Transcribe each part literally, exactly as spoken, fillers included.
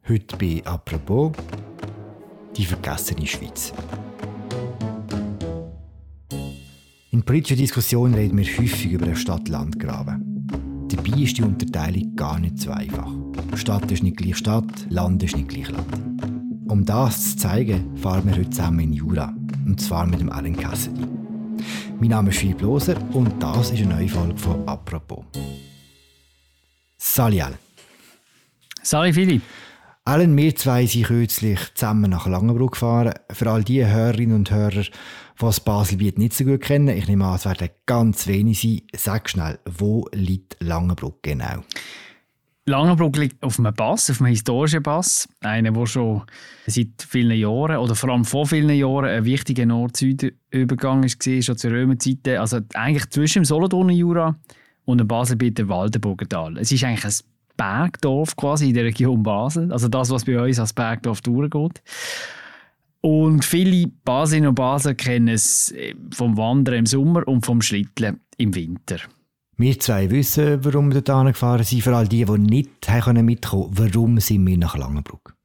Heute bei «Apropos» die vergessene Schweiz. In politischen Diskussionen reden wir häufig über den Stadt-Land-Graben. Dabei ist die Unterteilung gar nicht so einfach. Stadt ist nicht gleich Stadt, Land ist nicht gleich Land. Um das zu zeigen, fahren wir heute zusammen in Jura. Und zwar mit dem Alain Cassidy. Mein Name ist Philipp Loser und das ist eine neue Folge von «Apropos». Salut Alain. Salut Philipp. Alain, wir zwei sind kürzlich zusammen nach Langenbruck gefahren. Für all die Hörerinnen und Hörer, die das Baselbiet nicht so gut kennen, ich nehme an, es werden ganz wenig sein. Sag schnell, wo liegt Langenbruck genau? Langenbruck liegt auf einem Pass, auf einem historischen Pass. Einer, der schon seit vielen Jahren, oder vor allem vor vielen Jahren, ein wichtiger Nord-Süd-Übergang war, schon zur Römerzeiten. Also eigentlich zwischen dem Solothurner Jura und dem Baselbiet der Waldenburger Tal. Es ist eigentlich ein Bergdorf quasi in der Region Basel. Also das, was bei uns als Bergdorf durchgeht. Und viele Baselinnen und Basler kennen es vom Wandern im Sommer und vom Schlitteln im Winter. Wir zwei wissen, warum wir dort gefahren sind. Vor allem die, die nicht mitkommen konnten, warum sind wir nach Langenbruck?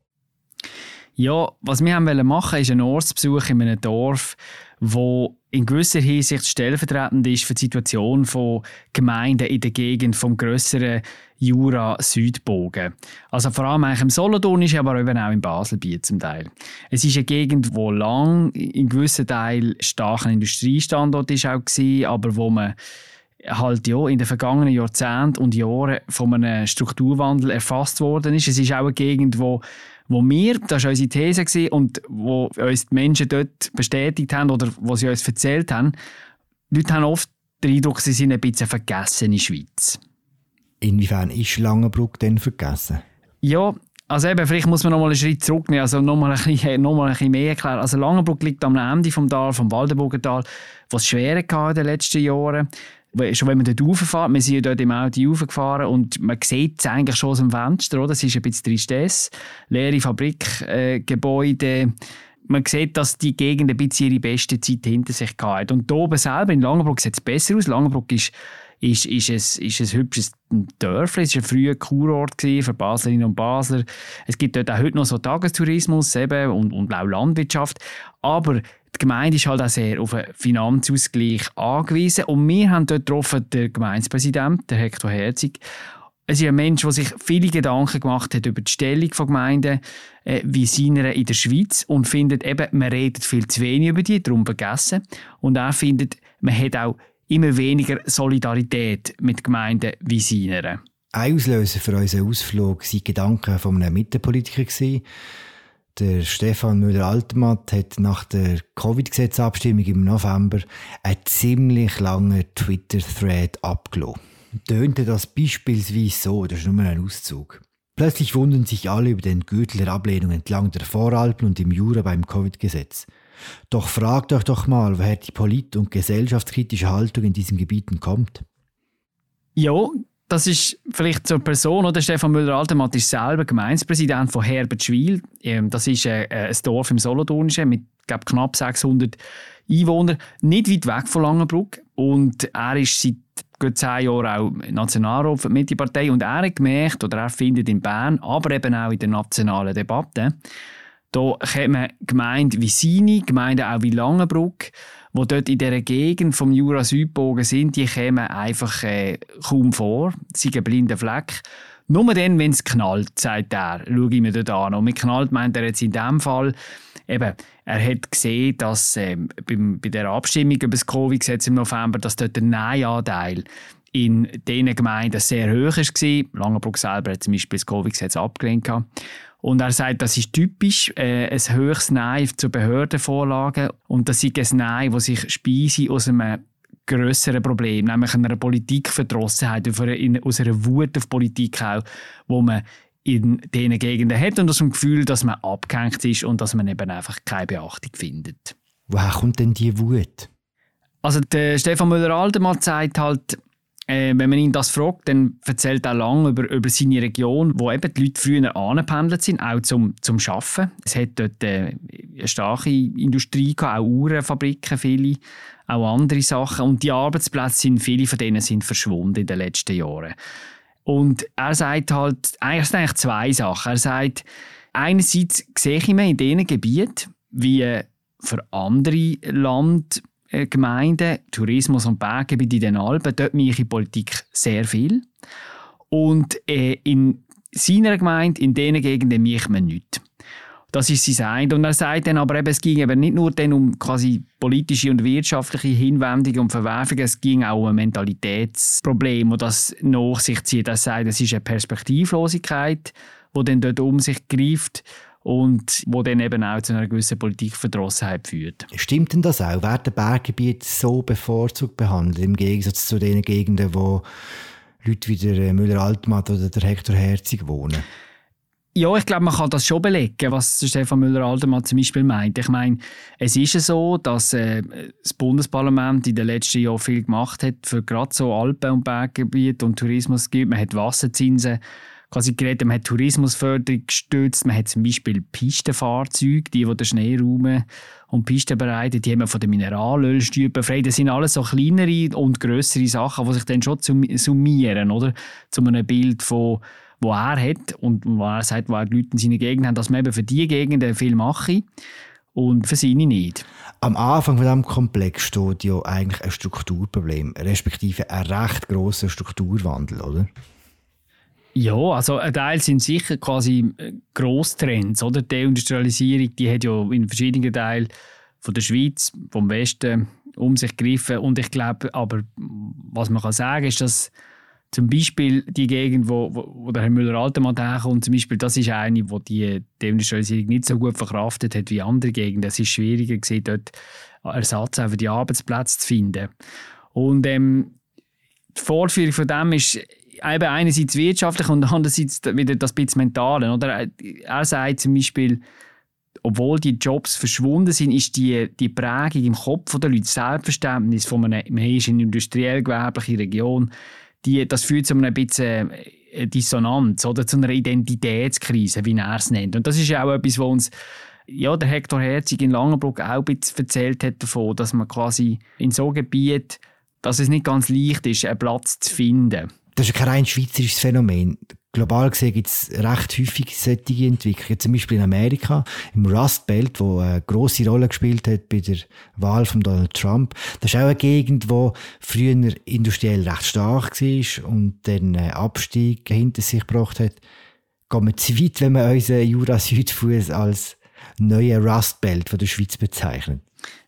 Ja, was wir haben machen, ist ein Ortsbesuch in einem Dorf, wo in gewisser Hinsicht stellvertretend ist für die Situation von Gemeinden in der Gegend vom grösseren Jura-Südbogen. Also vor allem eigentlich im Solothurnischen, aber eben auch im Baselbiet zum Teil. Es ist eine Gegend, wo lang in gewissen Teilen starken Industriestandort ist auch gewesen, aber wo man halt ja in den vergangenen Jahrzehnten und Jahren von einem Strukturwandel erfasst worden ist. Es ist auch eine Gegend, wo wo wir, das war unsere These gewesen, und wo uns die Menschen dort bestätigt haben oder wo sie uns erzählt haben, die Leute haben oft den Eindruck, sie sind ein bisschen vergessene Schweiz. Inwiefern ist Langenbruck denn vergessen? Ja, also eben, vielleicht muss man noch mal einen Schritt zurücknehmen, also noch mal ein bisschen, noch mal ein bisschen mehr erklären. Also Langenbruck liegt am Ende vom Tal, vom Waldenburger Tal, was es schwer hatte in den letzten Jahren. Schon wenn man dort rauffährt, wir sind ja dort im Auto raufgefahren und man sieht es eigentlich schon aus dem Fenster, oder? Es ist ein bisschen Tristesse, leere Fabrikgebäude. Äh, man sieht, dass die Gegend ein bisschen ihre beste Zeit hinter sich hatte. Und hier oben selber in Langenbruck sieht es besser aus. Langenbruck ist, ist, ist, ein, ist ein hübsches Dörfli. Es war ein früher Kurort für Baslerinnen und Basler. Es gibt dort auch heute noch so Tagestourismus eben und, und auch Landwirtschaft. Aber die Gemeinde ist halt auch sehr auf einen Finanzausgleich angewiesen. Und wir haben dort getroffen den Gemeindepräsidenten, der Hector Herzig. Es ist ein Mensch, der sich viele Gedanken gemacht hat über die Stellung von Gemeinden äh, wie seiner in der Schweiz und findet eben, man redet viel zu wenig über die, darum vergessen. Und er findet, man hat auch immer weniger Solidarität mit Gemeinden wie seiner. Ein Auslöser für unseren Ausflug waren Gedanken von einem Mittenpolitiker. Der Stefan Müller-Altermatt hat nach der Covid-Gesetzabstimmung im November einen ziemlich langen Twitter-Thread abgelassen. Tönte das beispielsweise so, das ist nur ein Auszug. Plötzlich wundern sich alle über den Gürtel der Ablehnung entlang der Voralpen und im Jura beim Covid-Gesetz. Doch fragt euch doch mal, woher die polit- und gesellschaftskritische Haltung in diesen Gebieten kommt. Ja, das ist vielleicht zur Person, oder? Stefan Müller-Altermatt ist selber Gemeindepräsident von Herbertschwil. Das ist ein Dorf im Solothurnischen mit glaub, knapp sechshundert Einwohnern, nicht weit weg von Langenbruck. Und er ist seit gut zehn Jahren auch Nationalrat für die Mitte-Partei. Und er hat gemerkt, oder er findet in Bern, aber eben auch in der nationalen Debatte, da kommen Gemeinden wie seine, Gemeinden auch wie Langenbruck, die dort in dieser Gegend vom Jura-Südbogen sind, die kommen einfach äh, kaum vor. Sie sind ein blinder Fleck. Nur dann, wenn es knallt, sagt er, schaue ich mir dort an. Und mit knallt meint er jetzt in diesem Fall, eben, er hat gesehen, dass äh, beim, bei der Abstimmung über das Covid-Gesetz im November, dass dort der Nein-Anteil in diesen Gemeinden sehr hoch war. Langenbruck selber hat zum Beispiel das Covid-Gesetz abgelehnt. Und er sagt, das ist typisch, äh, ein höchstes Nein zu Behördenvorlagen. Und das ist ein Nein, das sich speise aus einem grösseren Problem, nämlich einer Politikverdrossenheit, aus einer Wut auf Politik auch, wo man in diesen Gegenden hat und aus dem Gefühl, dass man abgehängt ist und dass man eben einfach keine Beachtung findet. Woher kommt denn die Wut? Also der Stefan Müller-Altermatt sagt halt, Äh, wenn man ihn das fragt, dann erzählt er lange über, über seine Region, wo eben die Leute früher angependelt sind, auch zum, zum Arbeiten. Es hat dort äh, eine starke Industrie gehabt, auch Uhrenfabriken, viele, auch andere Sachen. Und die Arbeitsplätze, sind, viele von denen sind verschwunden in den letzten Jahren. Und er sagt halt, eigentlich, eigentlich zwei Sachen. Er sagt, einerseits sehe ich mir in diesen Gebieten, wie für andere Landgemeinden, Tourismus- und Berggebiete in den Alpen, dort mache ich Politik sehr viel. Und äh, in seiner Gemeinde, in diesen Gegenden, mache ich mir nichts. Das ist sein eine. Und er sagt dann aber, eben, es ging eben nicht nur dann um quasi politische und wirtschaftliche Hinwendungen und Verwerfungen, es ging auch um ein Mentalitätsproblem, das das nach sich zieht. Er sagt, es ist eine Perspektivlosigkeit, die dann dort um sich greift und wo dann eben auch zu einer gewissen Politikverdrossenheit führt. Stimmt denn das auch? Werden Berggebiete so bevorzugt behandelt, im Gegensatz zu den Gegenden, wo Leute wie der Müller-Altmatt oder der Hektor Herzig wohnen? Ja, ich glaube, man kann das schon belegen, was Stefan Müller-Altmatt zum Beispiel meint. Ich meine, es ist ja so, dass äh, das Bundesparlament in den letzten Jahren viel gemacht hat für gerade so Alpen- und Berggebiete und Tourismus. Man hat Wasserzinsen quasi geredet, man hat Tourismusförderung gestützt, man hat zum Beispiel Pistenfahrzeuge, die, die den Schneeraum und Pisten bereiten, die haben wir von den Mineralölsteuern befreit. Das sind alles so kleinere und grössere Sachen, die sich dann schon summieren, oder? Zu einem Bild von wo er hat und wo er sagt, wo er die Leute in seiner Gegend haben, dass man eben für diese Gegenden viel mache und für seine nicht. Am Anfang von diesem Komplex steht ja eigentlich ein Strukturproblem, respektive ein recht grosser Strukturwandel, oder? Ja, also ein Teil sind sicher quasi Grosstrends, oder? Die Industrialisierung, die hat ja in verschiedenen Teilen von der Schweiz, vom Westen um sich gegriffen und ich glaube, aber was man kann sagen, ist, dass zum Beispiel die Gegend, wo, wo, wo der Herr Müller-Altmatt herkommt, zum Beispiel, das ist eine, wo die Deindustrialisierung nicht so gut verkraftet hat wie andere Gegenden. Es ist schwieriger gewesen, dort Ersatz für die Arbeitsplätze zu finden. Und ähm, die Vorführung von dem ist eben einerseits wirtschaftlich und andererseits wieder das bisschen Mentale. Oder? Er sagt zum Beispiel, obwohl die Jobs verschwunden sind, ist die, die Prägung im Kopf der Leute, das Selbstverständnis von einer, man ist eine industriell-gewerbliche Region, Die, das führt zu einer bisschen Dissonanz oder zu einer Identitätskrise, wie er es nennt. Und das ist ja auch etwas, was uns ja, der Hektor Herzig in Langenbruck auch ein bisschen erzählt hat davon, dass man quasi in so einem Gebiet, dass es nicht ganz leicht ist, einen Platz zu finden. Das ist kein rein schweizerisches Phänomen. Global gesehen gibt es recht häufig solche Entwicklungen. Zum Beispiel in Amerika, im Rust Belt, wo eine grosse Rolle gespielt hat bei der Wahl von Donald Trump. Das ist auch eine Gegend, die früher industriell recht stark war und dann einen Abstieg hinter sich gebracht hat. Geht man zu weit, wenn man unseren Jura-Südfuss als neue Rust Belt von der Schweiz bezeichnet?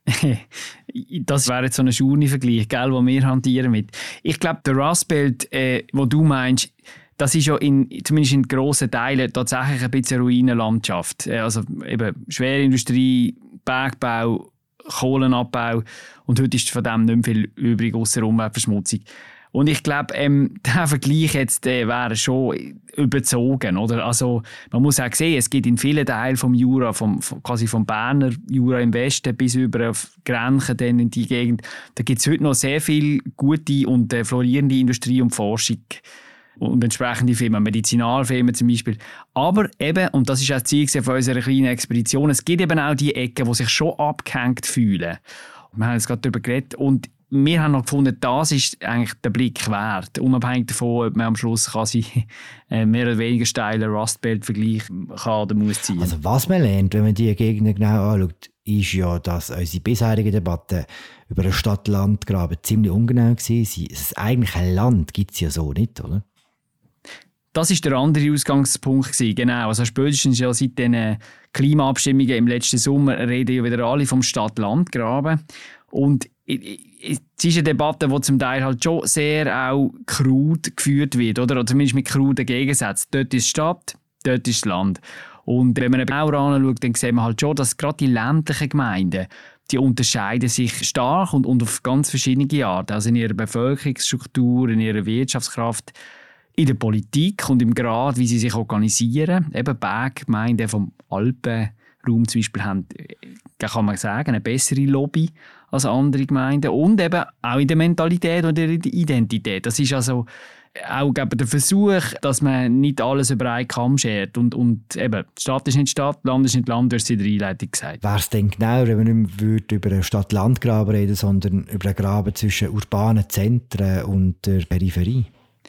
Das wäre jetzt so ein Schurni-Vergleich, gell, den wir hantieren mit. Ich glaube, der Rust Belt, äh, wo du meinst, das ist ja in, zumindest in grossen Teilen tatsächlich ein bisschen Ruinenlandschaft. Also eben Schwerindustrie, Bergbau, Kohlenabbau und heute ist von dem nicht mehr viel übrig, ausser Umweltverschmutzung. Und ich glaube, ähm, der Vergleich jetzt äh, wäre schon überzogen, oder? Also man muss auch sehen, es gibt in vielen Teilen vom Jura, vom, vom, quasi vom Berner Jura im Westen bis über auf Grenchen dann in die Gegend, da gibt es heute noch sehr viel gute und äh, florierende Industrie und Forschung und entsprechende Firmen, Medizinalfirmen zum Beispiel. Aber eben, und das ist auch das Ziel von unserer kleinen Expedition, es gibt eben auch die Ecken, die sich schon abgehängt fühlen. Wir haben jetzt gerade darüber geredet und wir haben noch gefunden, das ist eigentlich der Blick wert, unabhängig davon, ob man am Schluss quasi mehr oder weniger steilen Rust Belt Vergleich kann oder muss ziehen. Also was man lernt, wenn man die Gegenden genau anschaut, ist ja, dass unsere bisherigen Debatten über den Stadt-Land-Graben ziemlich ungenau waren. Das eigentliche Land gibt es ja so nicht, oder? Das war der andere Ausgangspunkt. Genau. Also spätestens ja seit den Klimaabstimmungen im letzten Sommer reden ja wieder alle vom Stadt-Land-Graben. Und es ist eine Debatte, die zum Teil halt schon sehr auch krud geführt wird, oder? Oder zumindest mit kruden Gegensätzen. Dort ist die Stadt, dort ist das Land. Und wenn man genauer anschaut, dann sieht man halt schon, dass gerade die ländlichen Gemeinden, die unterscheiden sich stark und, und auf ganz verschiedene Arten. Also in ihrer Bevölkerungsstruktur, in ihrer Wirtschaftskraft, in der Politik und im Grad, wie sie sich organisieren. Eben Berggemeinden vom Alpenraum zum Beispiel haben, kann man sagen, eine bessere Lobby als andere Gemeinden. Und eben auch in der Mentalität und in der Identität. Das ist also auch glaube, der Versuch, dass man nicht alles über einen Kamm schert. Und, und eben, die Stadt ist nicht Stadt, Land ist nicht Land, du hast es in der Einleitung gesagt. Wäre es denn genau, wenn man nicht mehr über einen Stadt-Land-Graben reden, sondern über einen Graben zwischen urbanen Zentren und der Peripherie?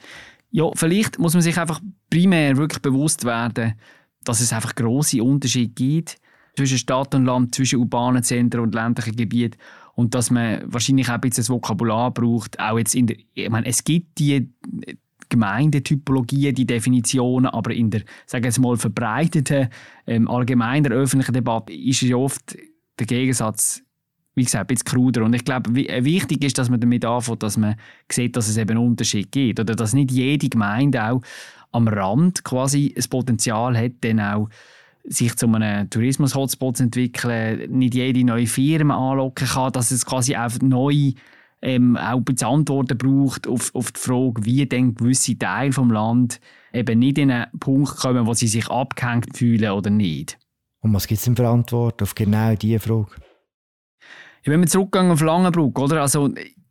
Ja, vielleicht muss man sich einfach primär wirklich bewusst werden, dass es einfach grosse Unterschiede gibt zwischen Stadt und Land, zwischen urbanen Zentren und ländlichen Gebieten und dass man wahrscheinlich auch ein bisschen das Vokabular braucht. Auch jetzt in der, ich meine, es gibt die Gemeindetypologien, die Definitionen, aber in der, sagen wir es mal, verbreiteten, ähm, allgemeiner öffentlichen Debatte ist ja oft der Gegensatz, wie gesagt, ein bisschen kruder. Und ich glaube, wichtig ist, dass man damit anfängt, dass man sieht, dass es eben einen Unterschied gibt. Oder dass nicht jede Gemeinde auch am Rand quasi ein Potenzial hat, dann auch sich zu einem Tourismus-Hotspot zu entwickeln, nicht jede neue Firma anlocken kann, dass es quasi auch neu ähm, auch ein bisschen Antworten braucht auf, auf die Frage, wie denn gewisse Teile des Landes eben nicht in einen Punkt kommen, wo sie sich abgehängt fühlen oder nicht. Und was gibt es denn für Antworten auf genau diese Frage? Ja, wenn wir zurückgehen auf Langenbrugg, oder? Also,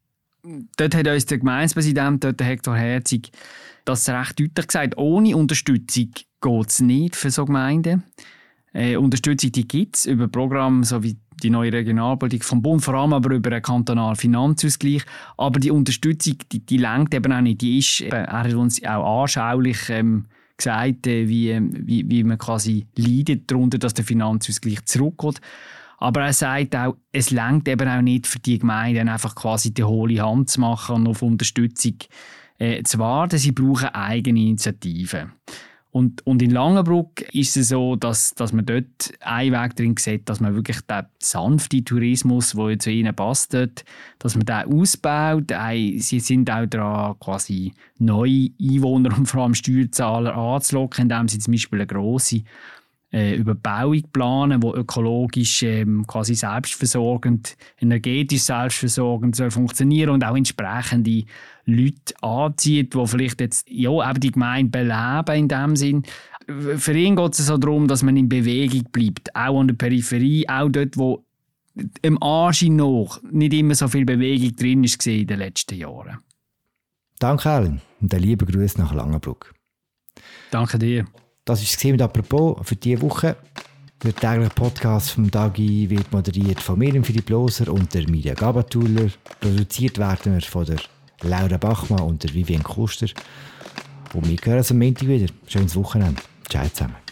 dort hat uns der Gemeindepräsident, dort der Hektor Herzig, das recht deutlich gesagt. Ohne Unterstützung geht es nicht für so Gemeinden. Äh, Unterstützung gibt es über Programme so wie die neue Regionalpolitik vom Bund, vor allem aber über einen kantonalen Finanzausgleich. Aber die Unterstützung, die, die lenkt eben auch nicht. Die ist, eben, er hat uns auch anschaulich ähm, gesagt, äh, wie, wie, wie man quasi leidet darunter, dass der Finanzausgleich zurückgeht. Aber er sagt auch, es lenkt eben auch nicht für die Gemeinden, einfach quasi die hohle Hand zu machen und auf Unterstützung äh, zu warten. Sie brauchen eigene Initiativen. Und, und in Langenbrugg ist es so, dass, dass man dort einen Weg drin sieht, dass man wirklich den sanften Tourismus, der zu ihnen passt, dort, dass man den ausbaut. Sie sind auch daran, quasi neue Einwohner und vor allem Steuerzahler anzulocken, indem sie zum Beispiel eine grosse äh, Überbauung planen, die ökologisch ähm, quasi selbstversorgend, energetisch selbstversorgend soll funktionieren und auch entsprechende Leute anzieht, die vielleicht jetzt ja, eben die Gemeinde beleben in dem Sinn. Für ihn geht es so darum, dass man in Bewegung bleibt, auch an der Peripherie, auch dort, wo im Anschein nach nicht immer so viel Bewegung drin ist in den letzten Jahren. Danke, Alan, und einen lieben Gruß nach Langenbrugg. Danke dir. Das war es mit «Apropos» für diese Woche. Der tägliche Podcast vom Dagi wird moderiert von mir, Philipp Loser, und der Mirja Gabatuller. Produziert werden wir von der Laura Bachmann und der Vivian Kuster. Und wir hören uns am Montag wieder. Schönes Wochenende. Ciao zusammen.